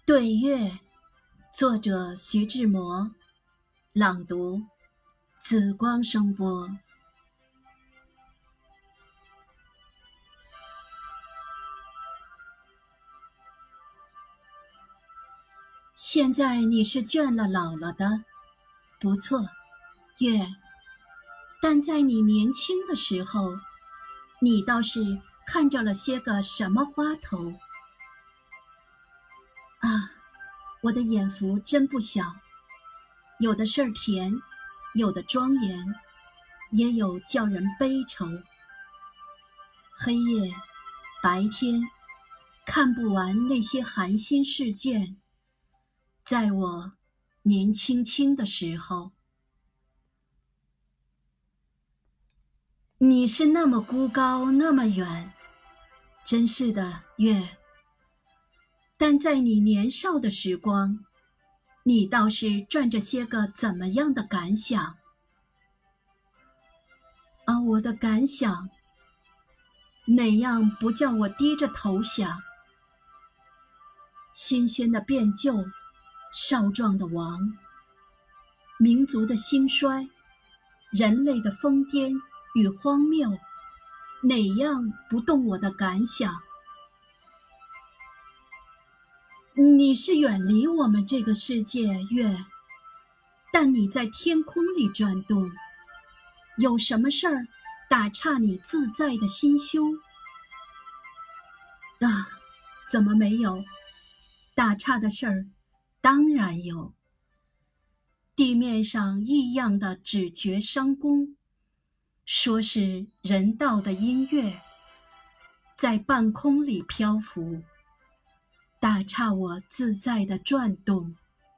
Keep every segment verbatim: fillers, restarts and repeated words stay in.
对月，作者徐志摩，朗读紫光声波。现在你是倦了老了的，不错，月，但在你年轻的时候，你倒是看着了些个什么花头啊！我的眼福真不小，有的事儿甜，有的庄严，也有叫人悲愁。黑夜白天，看不完那些寒心事件。在我年轻轻的时候，你是那么孤高，那么远，真是的，月。但在你年少的时光，你倒是赚着些个怎么样的感想？而我的感想，哪样不叫我低着头想？新鲜的变旧，少壮的亡，民族的兴衰，人类的疯癫与荒谬，哪样不动我的感想？你是远离我们这个世界，月，但你在天空里转动，有什么事儿打岔你自在的心胸？啊，怎么没有？打岔的事儿当然有。地面上异样的只觉商工，说是人道的音乐，在半空里漂浮，打岔我自在的转动。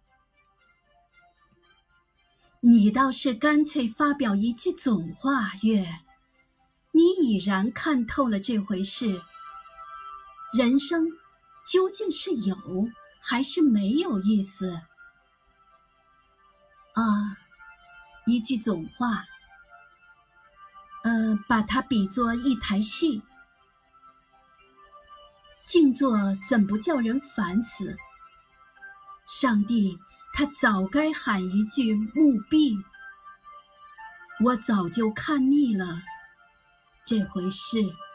你倒是干脆发表一句总话，月，你已然看透了这回事。人生究竟是有还是没有意思？啊，一句总话，呃，把它比作一台戏，静坐怎不叫人烦死？上帝，他早该喊一句墓壁。我早就看腻了这回事。